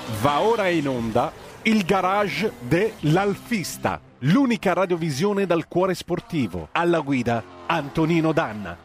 Va ora in onda il garage dell'Alfista, l'unica radiovisione dal cuore sportivo. Alla guida Antonino Danna.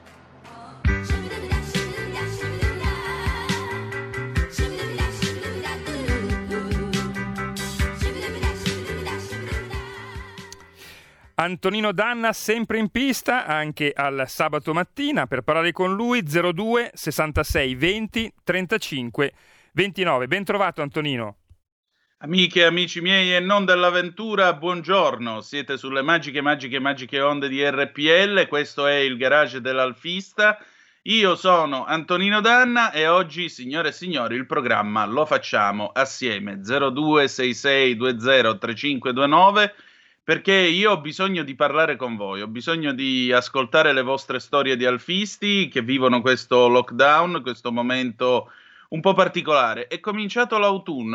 Antonino Danna sempre in pista anche al sabato mattina. Per parlare con lui 02 66 20 35 29. Ben trovato Antonino. Amiche e amici miei e non dell'avventura, buongiorno. Siete sulle magiche onde di RPL. Questo è il garage dell'Alfista. Io sono Antonino Danna e oggi, signore e signori, il programma lo facciamo assieme. 02 66 20 3529. Perché io ho bisogno di parlare con voi, ho bisogno di ascoltare le vostre storie di alfisti che vivono questo lockdown, questo momento un po' particolare. È cominciato l'autunno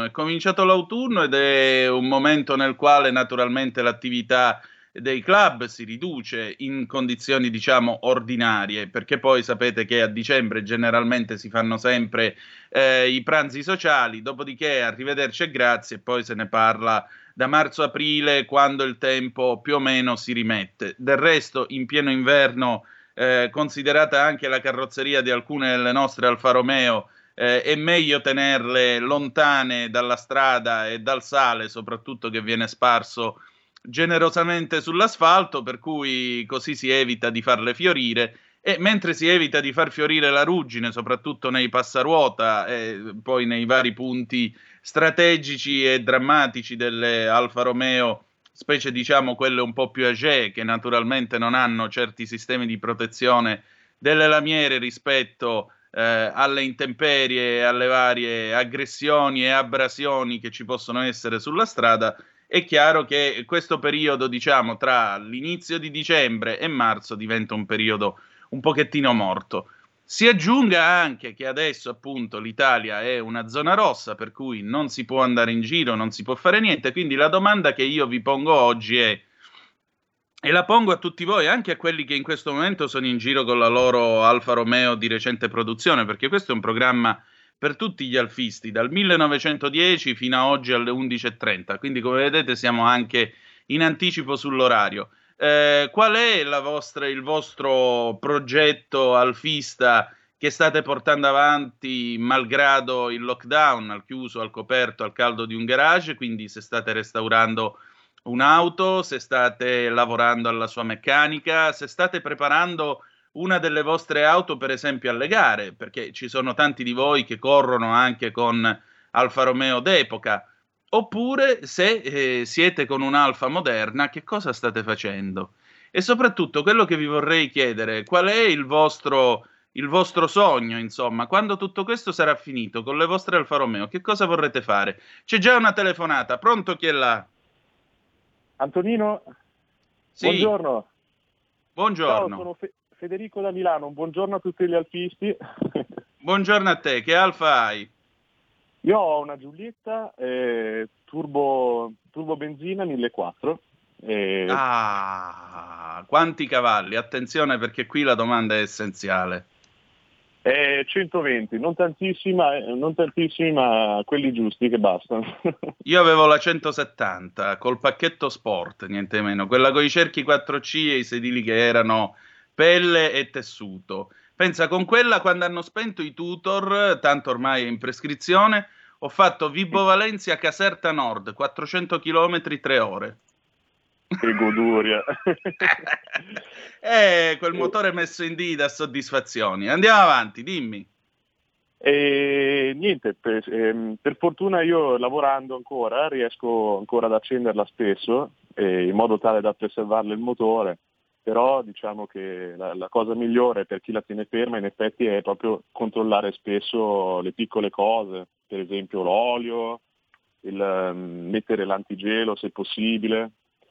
ed è un momento nel quale naturalmente l'attività dei club si riduce in condizioni, diciamo, ordinarie, perché poi sapete che a dicembre generalmente si fanno sempre i pranzi sociali, dopodiché arrivederci e grazie, e poi se ne parla da marzo-aprile, quando il tempo più o meno si rimette. Del resto, in pieno inverno, considerata anche la carrozzeria di alcune delle nostre Alfa Romeo, è meglio tenerle lontane dalla strada e dal sale, soprattutto che viene sparso generosamente sull'asfalto, per cui così si evita di farle fiorire. E mentre si evita di far fiorire la ruggine, soprattutto nei passaruota e poi nei vari punti strategici e drammatici delle Alfa Romeo, specie diciamo quelle un po' più âgée, che naturalmente non hanno certi sistemi di protezione delle lamiere rispetto alle intemperie e alle varie aggressioni e abrasioni che ci possono essere sulla strada, è chiaro che questo periodo, diciamo, tra l'inizio di dicembre e marzo diventa un periodo un pochettino morto. Si aggiunga anche che adesso appunto l'Italia è una zona rossa, per cui non si può andare in giro, non si può fare niente, quindi la domanda che io vi pongo oggi è, e la pongo a tutti voi, anche a quelli che in questo momento sono in giro con la loro Alfa Romeo di recente produzione, perché questo è un programma per tutti gli alfisti, dal 1910 fino a oggi alle 11:30, quindi come vedete siamo anche in anticipo sull'orario. Qual è il vostro progetto alfista che state portando avanti malgrado il lockdown, al chiuso, al coperto, al caldo di un garage? Quindi se state restaurando un'auto, se state lavorando alla sua meccanica, se state preparando una delle vostre auto per esempio alle gare, perché ci sono tanti di voi che corrono anche con Alfa Romeo d'epoca. Oppure se siete con un'Alfa moderna, che cosa state facendo? E soprattutto quello che vi vorrei chiedere, qual è il vostro sogno, insomma, quando tutto questo sarà finito con le vostre Alfa Romeo, che cosa vorrete fare? C'è già una telefonata, pronto, chi è là? Antonino? Sì. Buongiorno. Buongiorno. Ciao, sono Federico da Milano, buongiorno a tutti gli alfisti. Buongiorno a te, che Alfa hai? Io ho una Giulietta turbo benzina 1400. Quanti cavalli? Attenzione perché qui la domanda è essenziale. 120, non tantissima, ma quelli giusti che bastano. Io avevo la 170 col pacchetto sport, niente meno, quella con i cerchi 4C e i sedili che erano pelle e tessuto. Pensa, con quella quando hanno spento i tutor, tanto ormai è in prescrizione, ho fatto Vibo Valencia Caserta Nord, 400 km 3 ore. Che goduria. Quel motore messo in D dà soddisfazioni. Andiamo avanti, dimmi. Niente, per fortuna io lavorando ancora riesco ancora ad accenderla spesso in modo tale da preservarle il motore, però diciamo che la cosa migliore per chi la tiene ferma in effetti è proprio controllare spesso le piccole cose, per esempio l'olio, mettere l'antigelo se possibile.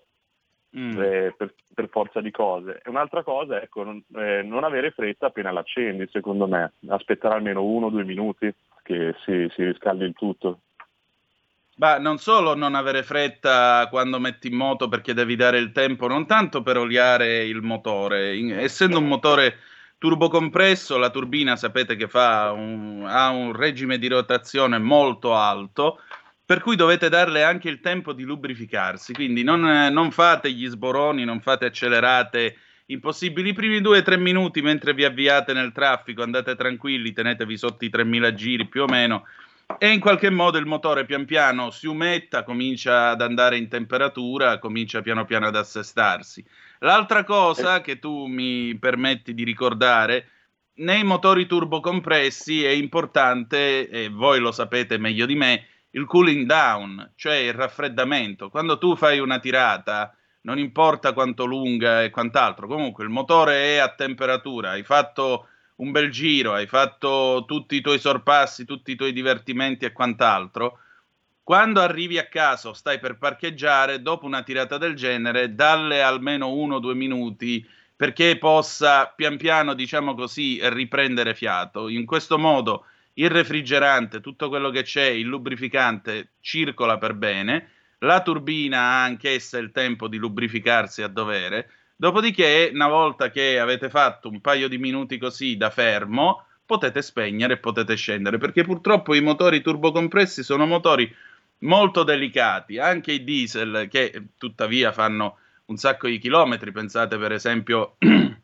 Per forza di cose. E un'altra cosa, ecco, non avere fretta appena l'accendi, secondo me, aspettare almeno 1 o 2 minuti che si riscaldi il tutto. Ma non solo non avere fretta quando metti in moto perché devi dare il tempo, non tanto per oliare il motore, essendo un motore turbocompresso, la turbina sapete che ha un regime di rotazione molto alto, per cui dovete darle anche il tempo di lubrificarsi, quindi non fate gli sboroni, non fate accelerate impossibili. I primi 2-3 minuti mentre vi avviate nel traffico, andate tranquilli, tenetevi sotto i 3000 giri più o meno, e in qualche modo il motore pian piano si umetta, comincia ad andare in temperatura, comincia piano piano ad assestarsi. L'altra cosa che tu mi permetti di ricordare, nei motori turbocompressi è importante, e voi lo sapete meglio di me, il cooling down, cioè il raffreddamento. Quando tu fai una tirata, non importa quanto lunga e quant'altro, comunque il motore è a temperatura, hai fatto un bel giro, hai fatto tutti i tuoi sorpassi, tutti i tuoi divertimenti e quant'altro, quando arrivi a casa o stai per parcheggiare, dopo una tirata del genere, dalle almeno 1-2 minuti perché possa pian piano, diciamo così, riprendere fiato. In questo modo il refrigerante, tutto quello che c'è, il lubrificante circola per bene, la turbina ha anch'essa il tempo di lubrificarsi a dovere, dopodiché una volta che avete fatto un paio di minuti così da fermo, potete spegnere e potete scendere, perché purtroppo i motori turbocompressi sono motori molto delicati, anche i diesel che tuttavia fanno un sacco di chilometri, pensate per esempio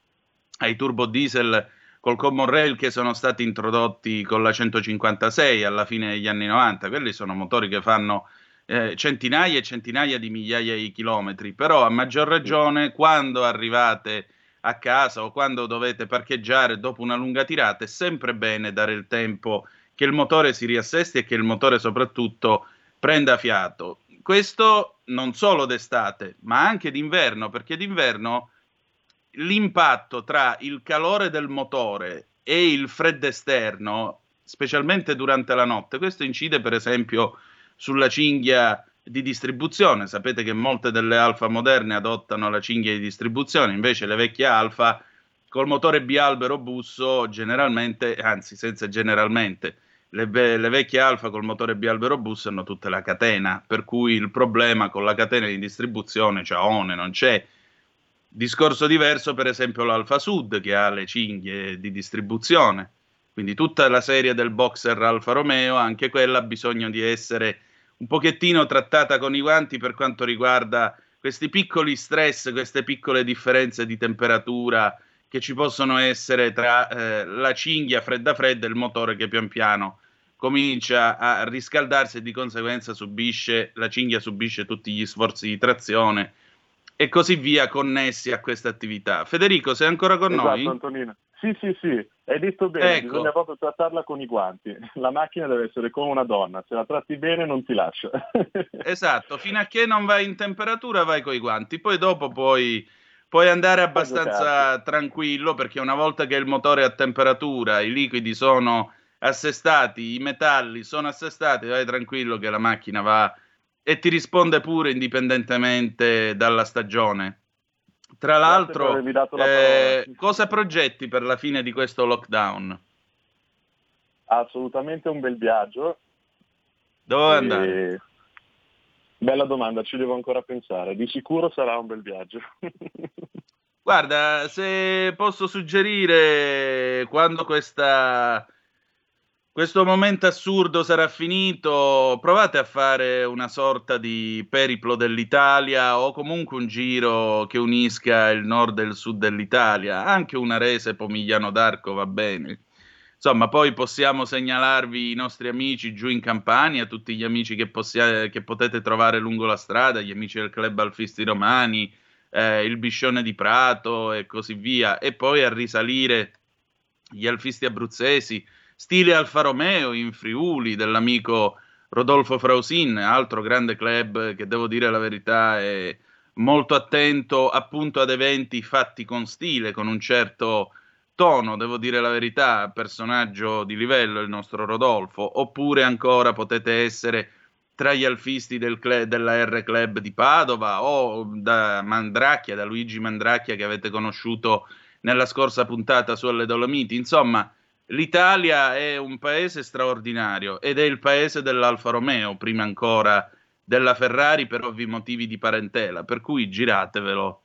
ai turbo diesel col Common Rail che sono stati introdotti con la 156 alla fine degli anni 90, quelli sono motori che fanno centinaia e centinaia di migliaia di chilometri, però a maggior ragione quando arrivate a casa o quando dovete parcheggiare dopo una lunga tirata è sempre bene dare il tempo che il motore si riassesti e che il motore soprattutto prenda fiato. Questo non solo d'estate, ma anche d'inverno, perché d'inverno l'impatto tra il calore del motore e il freddo esterno, specialmente durante la notte, questo incide per esempio sulla cinghia di distribuzione. Sapete che molte delle Alfa moderne adottano la cinghia di distribuzione, invece le vecchie Alfa col motore bialbero busso generalmente, anzi senza generalmente, le vecchie Alfa col motore bialbero busso hanno tutta la catena, per cui il problema con la catena di distribuzione, ciaone, non c'è. Discorso diverso per esempio l'Alfa Sud che ha le cinghie di distribuzione, quindi tutta la serie del Boxer Alfa Romeo, anche quella ha bisogno di essere un pochettino trattata con i guanti per quanto riguarda questi piccoli stress, queste piccole differenze di temperatura che ci possono essere tra la cinghia fredda fredda e il motore che pian piano comincia a riscaldarsi e di conseguenza la cinghia subisce tutti gli sforzi di trazione e così via connessi a questa attività. Federico, sei ancora con noi? Esatto, Antonino. Sì, hai detto bene, Ecco. Bisogna proprio trattarla con i guanti. La macchina deve essere come una donna, se la tratti bene non ti lascia. Esatto, fino a che non vai in temperatura vai con i guanti, poi dopo puoi andare abbastanza tranquillo, perché una volta che il motore è a temperatura, i liquidi sono assestati, i metalli sono assestati, vai tranquillo che la macchina va e ti risponde pure indipendentemente dalla stagione. Tra l'altro, cosa progetti per la fine di questo lockdown? Assolutamente un bel viaggio. Dove andare? Bella domanda, ci devo ancora pensare. Di sicuro sarà un bel viaggio. Guarda, se posso suggerire, quando questo momento assurdo sarà finito, provate a fare una sorta di periplo dell'Italia o comunque un giro che unisca il nord e il sud dell'Italia, anche una Rese Pomigliano d'Arco va bene. Insomma, poi possiamo segnalarvi i nostri amici giù in Campania, tutti gli amici che potete trovare lungo la strada, gli amici del Club Alfisti Romani, il Biscione di Prato e così via, e poi a risalire gli alfisti abruzzesi, stile Alfa Romeo in Friuli dell'amico Rodolfo Frausin, altro grande club che devo dire la verità è molto attento appunto ad eventi fatti con stile, con un certo tono, devo dire la verità, personaggio di livello il nostro Rodolfo. Oppure ancora potete essere tra gli alfisti della R Club di Padova o da Luigi Mandracchia che avete conosciuto nella scorsa puntata su Alle Dolomiti. Insomma, l'Italia è un paese straordinario ed è il paese dell'Alfa Romeo, prima ancora della Ferrari, per ovvi motivi di parentela, per cui giratevelo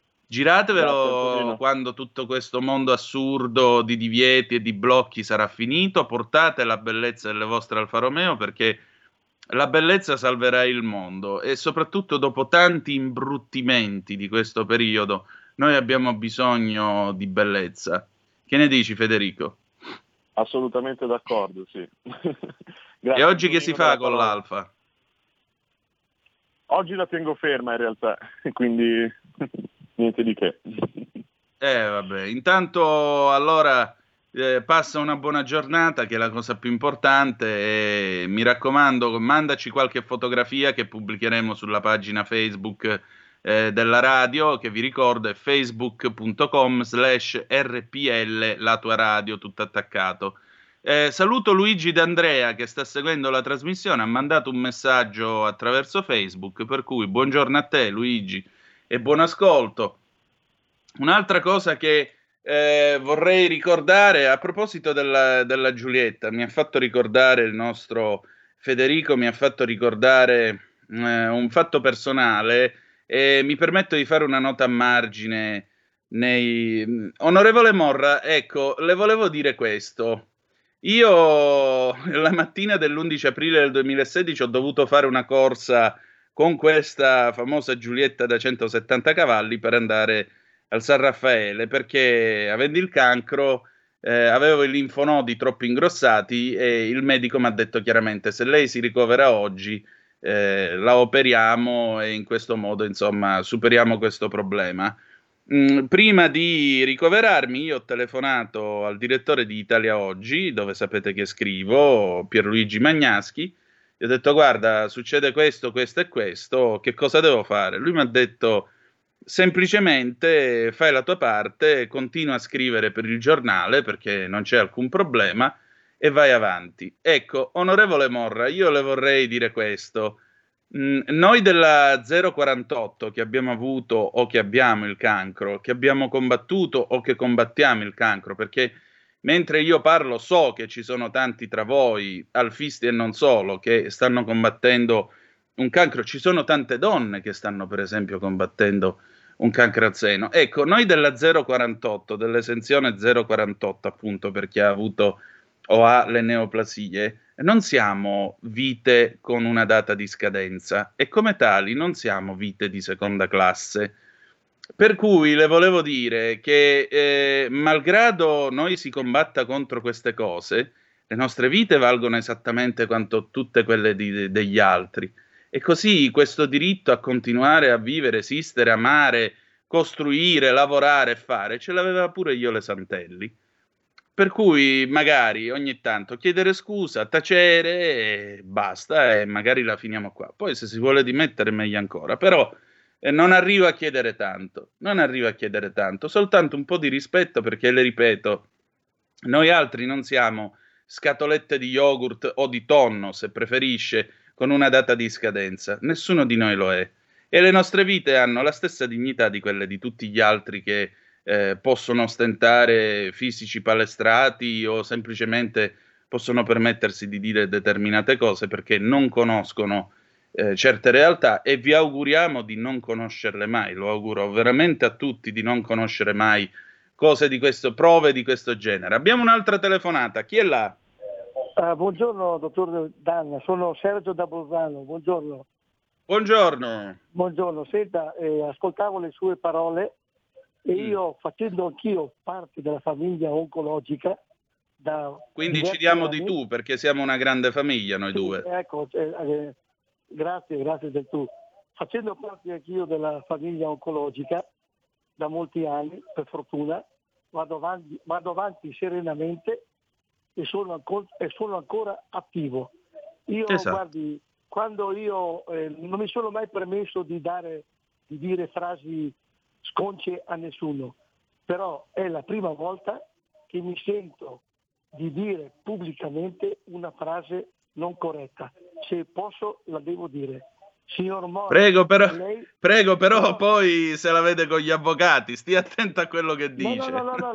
quando tutto questo mondo assurdo di divieti e di blocchi sarà finito, portate la bellezza delle vostre Alfa Romeo, perché la bellezza salverà il mondo e soprattutto dopo tanti imbruttimenti di questo periodo, noi abbiamo bisogno di bellezza. Che ne dici, Federico? Assolutamente d'accordo, sì. E Grazie, oggi che si Antonino, fa della con parola. l'Alfa? Oggi la tengo ferma in realtà, quindi niente di che. Vabbè, intanto allora passa una buona giornata, che è la cosa più importante, e mi raccomando, mandaci qualche fotografia che pubblicheremo sulla pagina Facebook della radio, che vi ricordo è facebook.com/rpl, la tua radio, tutto attaccato. Saluto Luigi D'Andrea che sta seguendo la trasmissione, ha mandato un messaggio attraverso Facebook, per cui buongiorno a te Luigi e buon ascolto. Un'altra cosa che vorrei ricordare a proposito della Giulietta, mi ha fatto ricordare il nostro Federico, mi ha fatto ricordare un fatto personale e mi permetto di fare una nota a margine. Onorevole Morra, ecco, le volevo dire questo. Io la mattina dell'11 aprile del 2016 ho dovuto fare una corsa con questa famosa Giulietta da 170 cavalli per andare al San Raffaele perché avendo il cancro avevo i linfonodi troppo ingrossati e il medico mi ha detto chiaramente se lei si ricovera oggi la operiamo e in questo modo insomma superiamo questo problema. Prima di ricoverarmi io ho telefonato al direttore di Italia Oggi, dove sapete che scrivo, Pierluigi Magnaschi, gli ho detto guarda succede questo, questo e questo, che cosa devo fare? Lui mi ha detto semplicemente fai la tua parte, continua a scrivere per il giornale perché non c'è alcun problema e vai avanti. Ecco, onorevole Morra, io le vorrei dire questo. Noi della 048 che abbiamo avuto o che abbiamo il cancro, che abbiamo combattuto o che combattiamo il cancro, perché mentre io parlo so che ci sono tanti tra voi, alfisti e non solo, che stanno combattendo un cancro, ci sono tante donne che stanno per esempio combattendo un cancro al seno. Ecco, noi della 048, dell'esenzione 048 appunto per chi ha avuto o ha le neoplasie, non siamo vite con una data di scadenza e come tali non siamo vite di seconda classe. Per cui le volevo dire che malgrado noi si combatta contro queste cose, le nostre vite valgono esattamente quanto tutte quelle degli altri. E così questo diritto a continuare a vivere, esistere, amare, costruire, lavorare e fare, ce l'aveva pure Iole Santelli. Per cui magari ogni tanto chiedere scusa, tacere e basta e magari la finiamo qua. Poi se si vuole dimettere meglio ancora, però non arrivo a chiedere tanto, non arrivo a chiedere tanto, soltanto un po' di rispetto perché le ripeto, noi altri non siamo scatolette di yogurt o di tonno, se preferisce, con una data di scadenza. Nessuno di noi lo è. E le nostre vite hanno la stessa dignità di quelle di tutti gli altri che possono ostentare fisici palestrati o semplicemente possono permettersi di dire determinate cose perché non conoscono certe realtà e vi auguriamo di non conoscerle mai. Lo auguro veramente a tutti di non conoscere mai cose di questo, prove di questo genere. Abbiamo un'altra telefonata. Chi è là? Buongiorno dottor Danna, sono Sergio da Bolzano, buongiorno. Buongiorno. Buongiorno, senta, ascoltavo le sue parole e io facendo anch'io parte della famiglia oncologica da quindi ci diamo anni, di tu perché siamo una grande famiglia noi sì, due. Ecco, grazie del tu. Facendo parte anch'io della famiglia oncologica da molti anni, per fortuna, vado avanti serenamente e sono ancora attivo. Io, esatto. Guardi, quando io non mi sono mai permesso di dire frasi sconce a nessuno, però è la prima volta che mi sento di dire pubblicamente una frase non corretta. Se posso la devo dire. Signor Moro, prego però no, poi se la vede con gli avvocati, stia attento a quello che dice.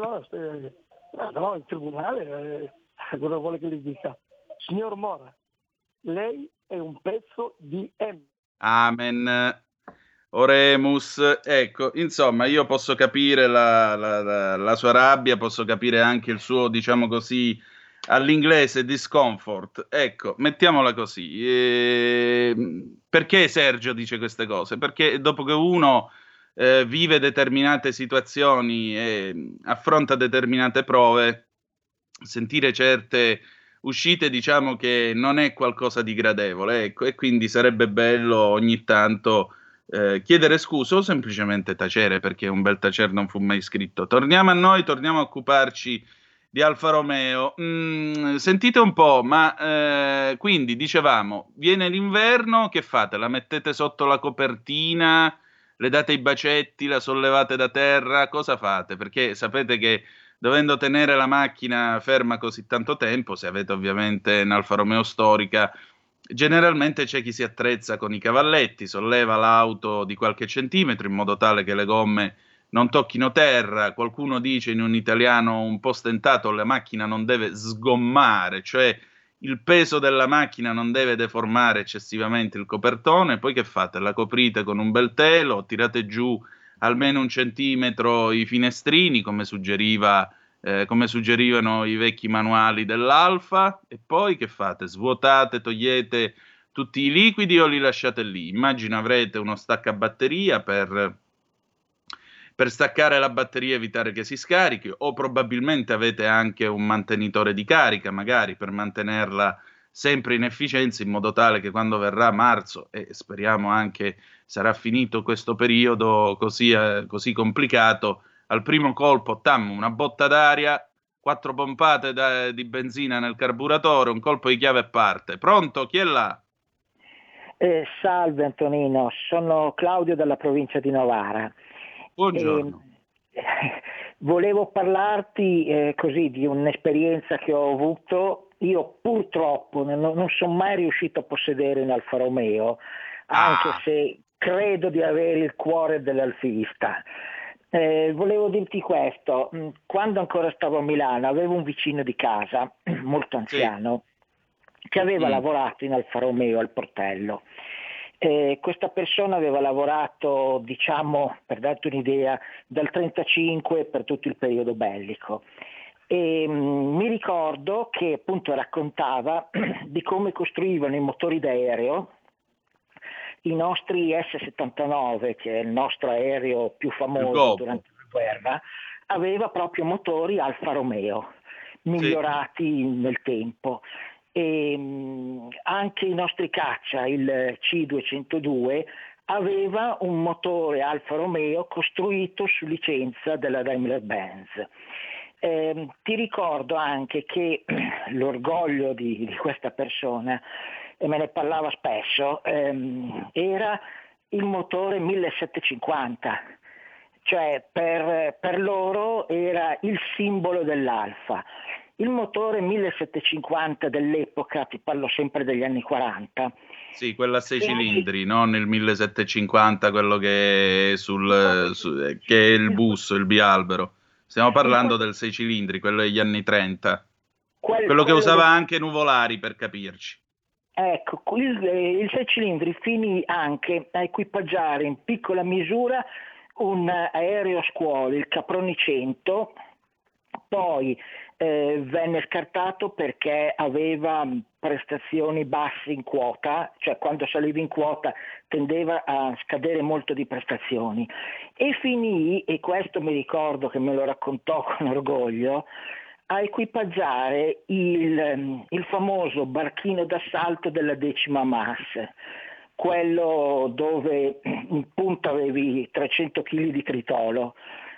No, il tribunale cosa vuole che le dica? Signor Mora, lei è un pezzo di M. Amen. Oremus. Ecco, insomma, io posso capire la sua rabbia, posso capire anche il suo, diciamo così, all'inglese discomfort. Ecco, mettiamola così. Perché Sergio dice queste cose? Perché dopo che uno vive determinate situazioni e affronta determinate prove, sentire certe uscite, diciamo che non è qualcosa di gradevole, ecco, e quindi sarebbe bello ogni tanto chiedere scusa o semplicemente tacere, perché un bel tacere non fu mai scritto. Torniamo a noi, torniamo a occuparci di Alfa Romeo. Sentite un po', ma quindi dicevamo, viene l'inverno, che fate? La mettete sotto la copertina, le date i bacetti, la sollevate da terra, cosa fate? Perché sapete che dovendo tenere la macchina ferma così tanto tempo, se avete ovviamente un'Alfa Romeo storica, generalmente c'è chi si attrezza con i cavalletti, solleva l'auto di qualche centimetro in modo tale che le gomme non tocchino terra. Qualcuno dice in un italiano un po' stentato, la macchina non deve sgommare, cioè il peso della macchina non deve deformare eccessivamente il copertone. Poi che fate? La coprite con un bel telo, tirate giù almeno 1 centimetro i finestrini, come suggerivano i vecchi manuali dell'Alfa, e poi che fate? Svuotate, togliete tutti i liquidi o li lasciate lì? Immagino avrete uno staccabatteria per staccare la batteria e evitare che si scarichi, o probabilmente avete anche un mantenitore di carica, magari per mantenerla sempre in efficienza, in modo tale che quando verrà marzo, e speriamo anche sarà finito questo periodo così complicato, al primo colpo, una botta d'aria, 4 pompate di benzina nel carburatore, un colpo di chiave e parte. Pronto? Chi è là? Salve Antonino, sono Claudio dalla provincia di Novara. Buongiorno. Volevo parlarti così di un'esperienza che ho avuto. Io purtroppo non sono mai riuscito a possedere un Alfa Romeo, anche se credo di avere il cuore dell'alfista. Volevo dirti questo: quando ancora stavo a Milano avevo un vicino di casa molto anziano che aveva lavorato in Alfa Romeo al Portello. Questa persona aveva lavorato, diciamo, per darti un'idea, dal 1935 per tutto il periodo bellico. E mi ricordo che appunto raccontava di come costruivano i motori d'aereo. I nostri S-79, che è il nostro aereo più famoso durante la guerra, aveva proprio motori Alfa Romeo, migliorati nel tempo. E anche i nostri caccia, il C-202, aveva un motore Alfa Romeo costruito su licenza della Daimler-Benz. Ti ricordo anche che l'orgoglio di questa persona, e me ne parlava spesso, era il motore 1750, cioè per loro era il simbolo dell'Alfa. Il motore 1750 dell'epoca, ti parlo sempre degli anni 40. Sì, quella a 6 cilindri, non il 1750, quello che è che è il bus, il bialbero. Stiamo parlando del 6 cilindri, quello degli anni 30. Quello che usava anche Nuvolari, per capirci. Ecco, il 6 cilindri finì anche a equipaggiare in piccola misura un aereo scuola, il Caproni 100, poi venne scartato perché aveva prestazioni basse in quota, cioè quando salivi in quota tendeva a scadere molto di prestazioni, e finì, e questo mi ricordo che me lo raccontò con orgoglio, a equipaggiare il famoso barchino d'assalto della 10ª MAS, quello dove in punta avevi 300 kg di tritolo.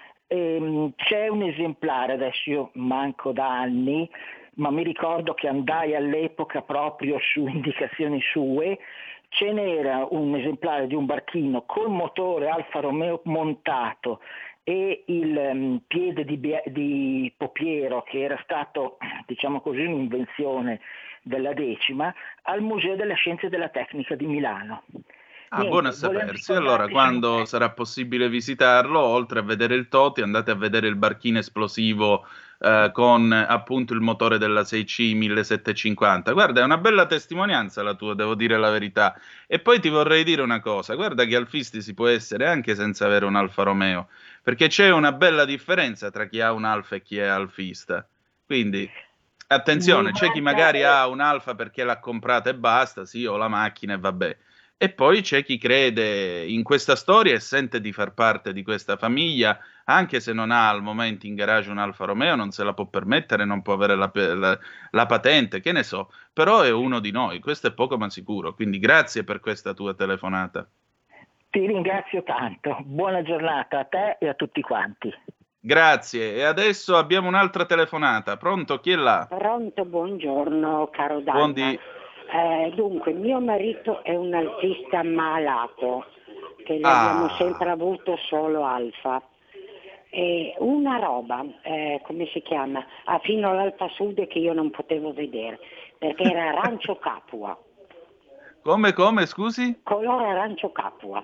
C'è un esemplare, adesso io manco da anni, ma mi ricordo che andai all'epoca proprio su indicazioni sue, ce n'era un esemplare di un barchino col motore Alfa Romeo montato e il piede di Popiero, che era stato, diciamo così, un'invenzione della 10ª, al Museo delle Scienze e della Tecnica di Milano. Buono a sapersi. Allora, quando sarà possibile visitarlo, oltre a vedere il Toti, andate a vedere il barchino esplosivo con appunto il motore della 6C 1750. Guarda, è una bella testimonianza la tua, devo dire la verità. E poi ti vorrei dire una cosa: guarda che alfisti si può essere anche senza avere un Alfa Romeo, perché c'è una bella differenza tra chi ha un Alfa e chi è alfista. Quindi Attenzione, c'è chi magari ha un Alfa perché l'ha comprata e basta, sì, o la macchina e vabbè. E poi c'è chi crede in questa storia e sente di far parte di questa famiglia, anche se non ha al momento in garage un Alfa Romeo, non se la può permettere, non può avere la patente, che ne so, però è uno di noi, questo è poco ma sicuro. Quindi grazie per questa tua telefonata. Ti ringrazio tanto, buona giornata a te e a tutti quanti. Grazie, e adesso abbiamo un'altra telefonata. Pronto, chi è là? Pronto, buongiorno caro Danna. Dunque, mio marito è un alpista malato, che ne abbiamo sempre avuto solo Alfa. E una roba, come si chiama? Fino all'Alfa Sud che io non potevo vedere, perché era arancio Capua. Come, scusi? Colore arancio Capua.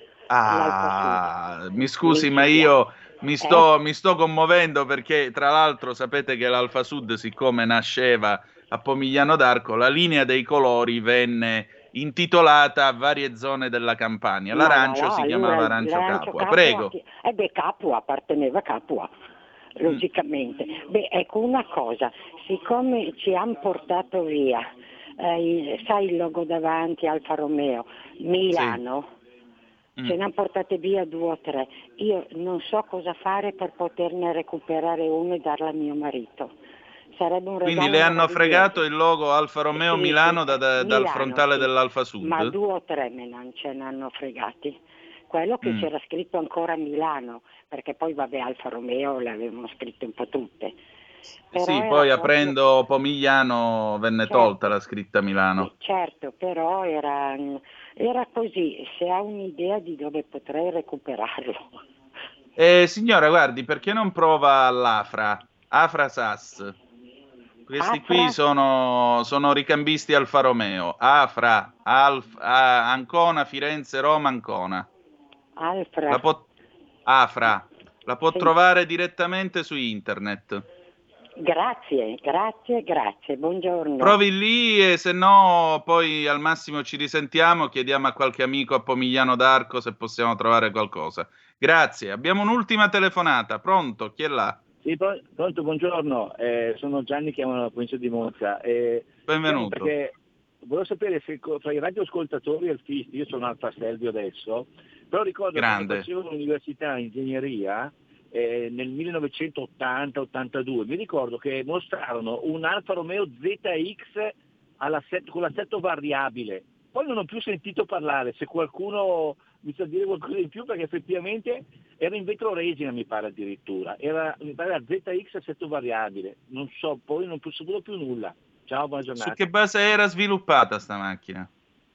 Mi scusi, ma io mi sto commuovendo perché, tra l'altro, sapete che l'Alfa Sud, siccome nasceva a Pomigliano d'Arco, la linea dei colori venne intitolata a varie zone della Campania. L'arancio si chiamava Arancio Capua. Prego. Capua, apparteneva a Capua, logicamente. Ecco una cosa, siccome ci hanno portato via, sai il logo davanti, Alfa Romeo, Milano, ce ne hanno portate via 2 o 3. Io non so cosa fare per poterne recuperare uno e darla a mio marito. Sarebbe un regalo. Quindi le hanno fregato il logo Alfa Romeo Milano dal frontale dell'Alfa Sud? Ma 2 o 3 ce ne hanno fregati. Quello che c'era scritto ancora Milano, perché poi vabbè Alfa Romeo le avevano scritte un po' tutte. Però sì, poi aprendo Pomigliano venne tolta la scritta Milano. Certo, però era così, se ha un'idea di dove potrei recuperarlo. Signora, guardi, perché non prova Afra SAS? Questi qui sono ricambisti Alfa Romeo. Ancona, Firenze, Roma, Ancona. Afra. La può trovare direttamente su internet. Grazie, buongiorno. Provi lì e se no poi al massimo ci risentiamo, chiediamo a qualche amico a Pomigliano d'Arco se possiamo trovare qualcosa. Grazie, abbiamo un'ultima telefonata. Pronto? Chi è là? Sì, pronto, buongiorno, sono Gianni, chiamo dalla provincia di Monza. Benvenuto. Perché volevo sapere se tra i radioascoltatori e alfisti, io sono Alfa Stelvio adesso, però ricordo che facevo l'università in ingegneria nel 1980-82, mi ricordo che mostrarono un Alfa Romeo ZX con l'assetto variabile. Poi non ho più sentito parlare, se qualcuno mi sa dire qualcosa in più, perché effettivamente era in vetro resina, mi pare addirittura, mi pare ZX assetto variabile, non so, poi non ho saputo più nulla. Ciao, buona giornata. Su che base era sviluppata sta macchina?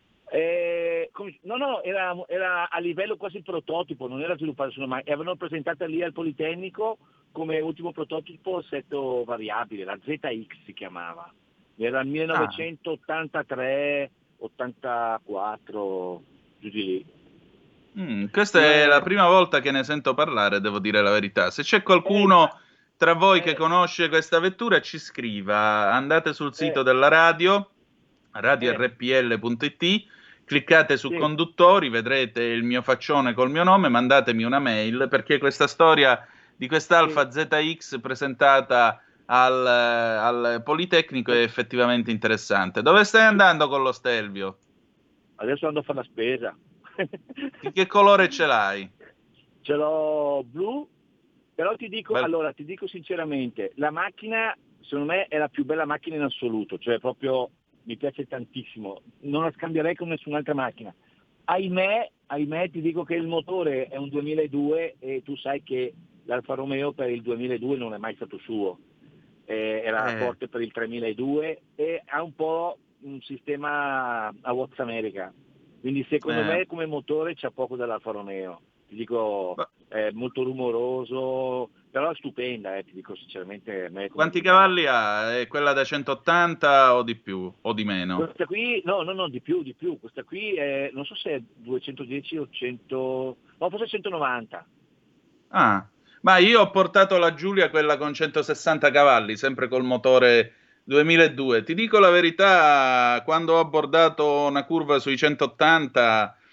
No, era a livello quasi prototipo, non era sviluppata sulla macchina, avevano presentata lì al Politecnico come ultimo prototipo assetto variabile, la ZX si chiamava, era il 1983, 84, giù di lì. Questa è la prima volta che ne sento parlare, devo dire la verità. Se c'è qualcuno tra voi che conosce questa vettura, ci scriva. Andate sul sito della radio, radiorpl.it, cliccate su conduttori, vedrete il mio faccione col mio nome, mandatemi una mail, perché questa storia di quest'Alfa ZX presentata al Politecnico è effettivamente interessante. Dove stai andando con lo Stelvio? Adesso ando a fare la spesa. Di che colore ce l'hai? Ce l'ho blu, però ti dico sinceramente, la macchina secondo me è la più bella macchina in assoluto, cioè proprio mi piace tantissimo, non la scambierei con nessun'altra macchina. Ahimè, ti dico che il motore è un 2002 e tu sai che l'Alfa Romeo per il 2002 non è mai stato suo, era forte per il 3002 e ha un po' un sistema a Watts America. Quindi secondo me come motore c'è poco dell'Alfa Romeo, ti dico è molto rumoroso, però è stupenda, ti dico sinceramente. Quanti cavalli ha? È quella da 180 o di più o di meno? Questa qui, no, di più, questa qui è, non so se è 210 o 100, no forse 190. Ma io ho portato la Giulia, quella con 160 cavalli, sempre col motore 2002. Ti dico la verità, quando ho abbordato una curva sui 180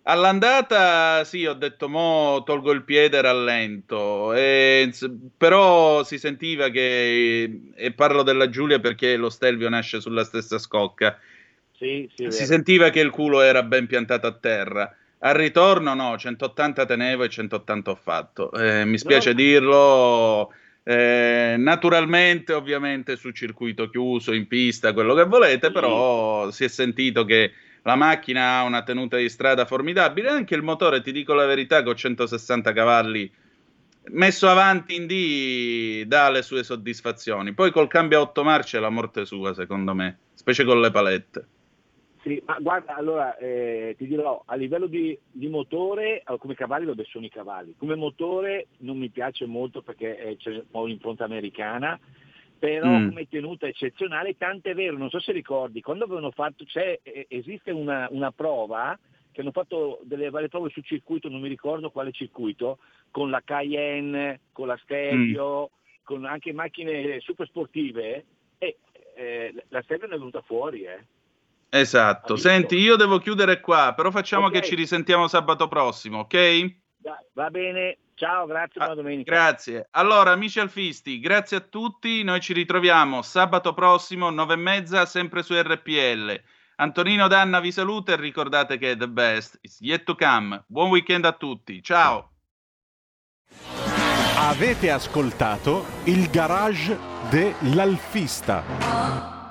All'andata sì, ho detto mo tolgo il piede e rallento, però si sentiva che, e parlo della Giulia perché lo Stelvio nasce sulla stessa scocca, Sì, è si vero. sentiva che il culo era ben piantato a terra. Al ritorno no, 180 tenevo e 180 ho fatto. Mi spiace dirlo, naturalmente ovviamente su circuito chiuso, in pista, quello che volete, però si è sentito che la macchina ha una tenuta di strada formidabile, anche il motore, ti dico la verità, con 160 cavalli messo avanti in D dà le sue soddisfazioni. Poi col cambio a 8 marce è la morte sua, secondo me, specie con le palette. Sì, ma guarda, allora ti dirò, a livello di motore, come cavalli, vabbè, sono i cavalli. Come motore non mi piace molto perché c'è un po' un'impronta americana, però come tenuta eccezionale, tant'è vero, non so se ricordi, quando avevano fatto, esiste una prova, che hanno fatto delle varie prove sul circuito, non mi ricordo quale circuito, con la Cayenne, con la Stelvio, con anche macchine super sportive, e la Stelvio ne è venuta fuori, Esatto. Senti, io devo chiudere qua, però facciamo che ci risentiamo sabato prossimo, ok? Va bene, ciao, grazie, buona domenica. Grazie. Allora, amici alfisti, grazie a tutti, noi ci ritroviamo sabato prossimo, 9:30, sempre su RPL. Antonino Danna vi saluta e ricordate che the best is yet to come. Buon weekend a tutti, ciao! Avete ascoltato il garage dell'alfista.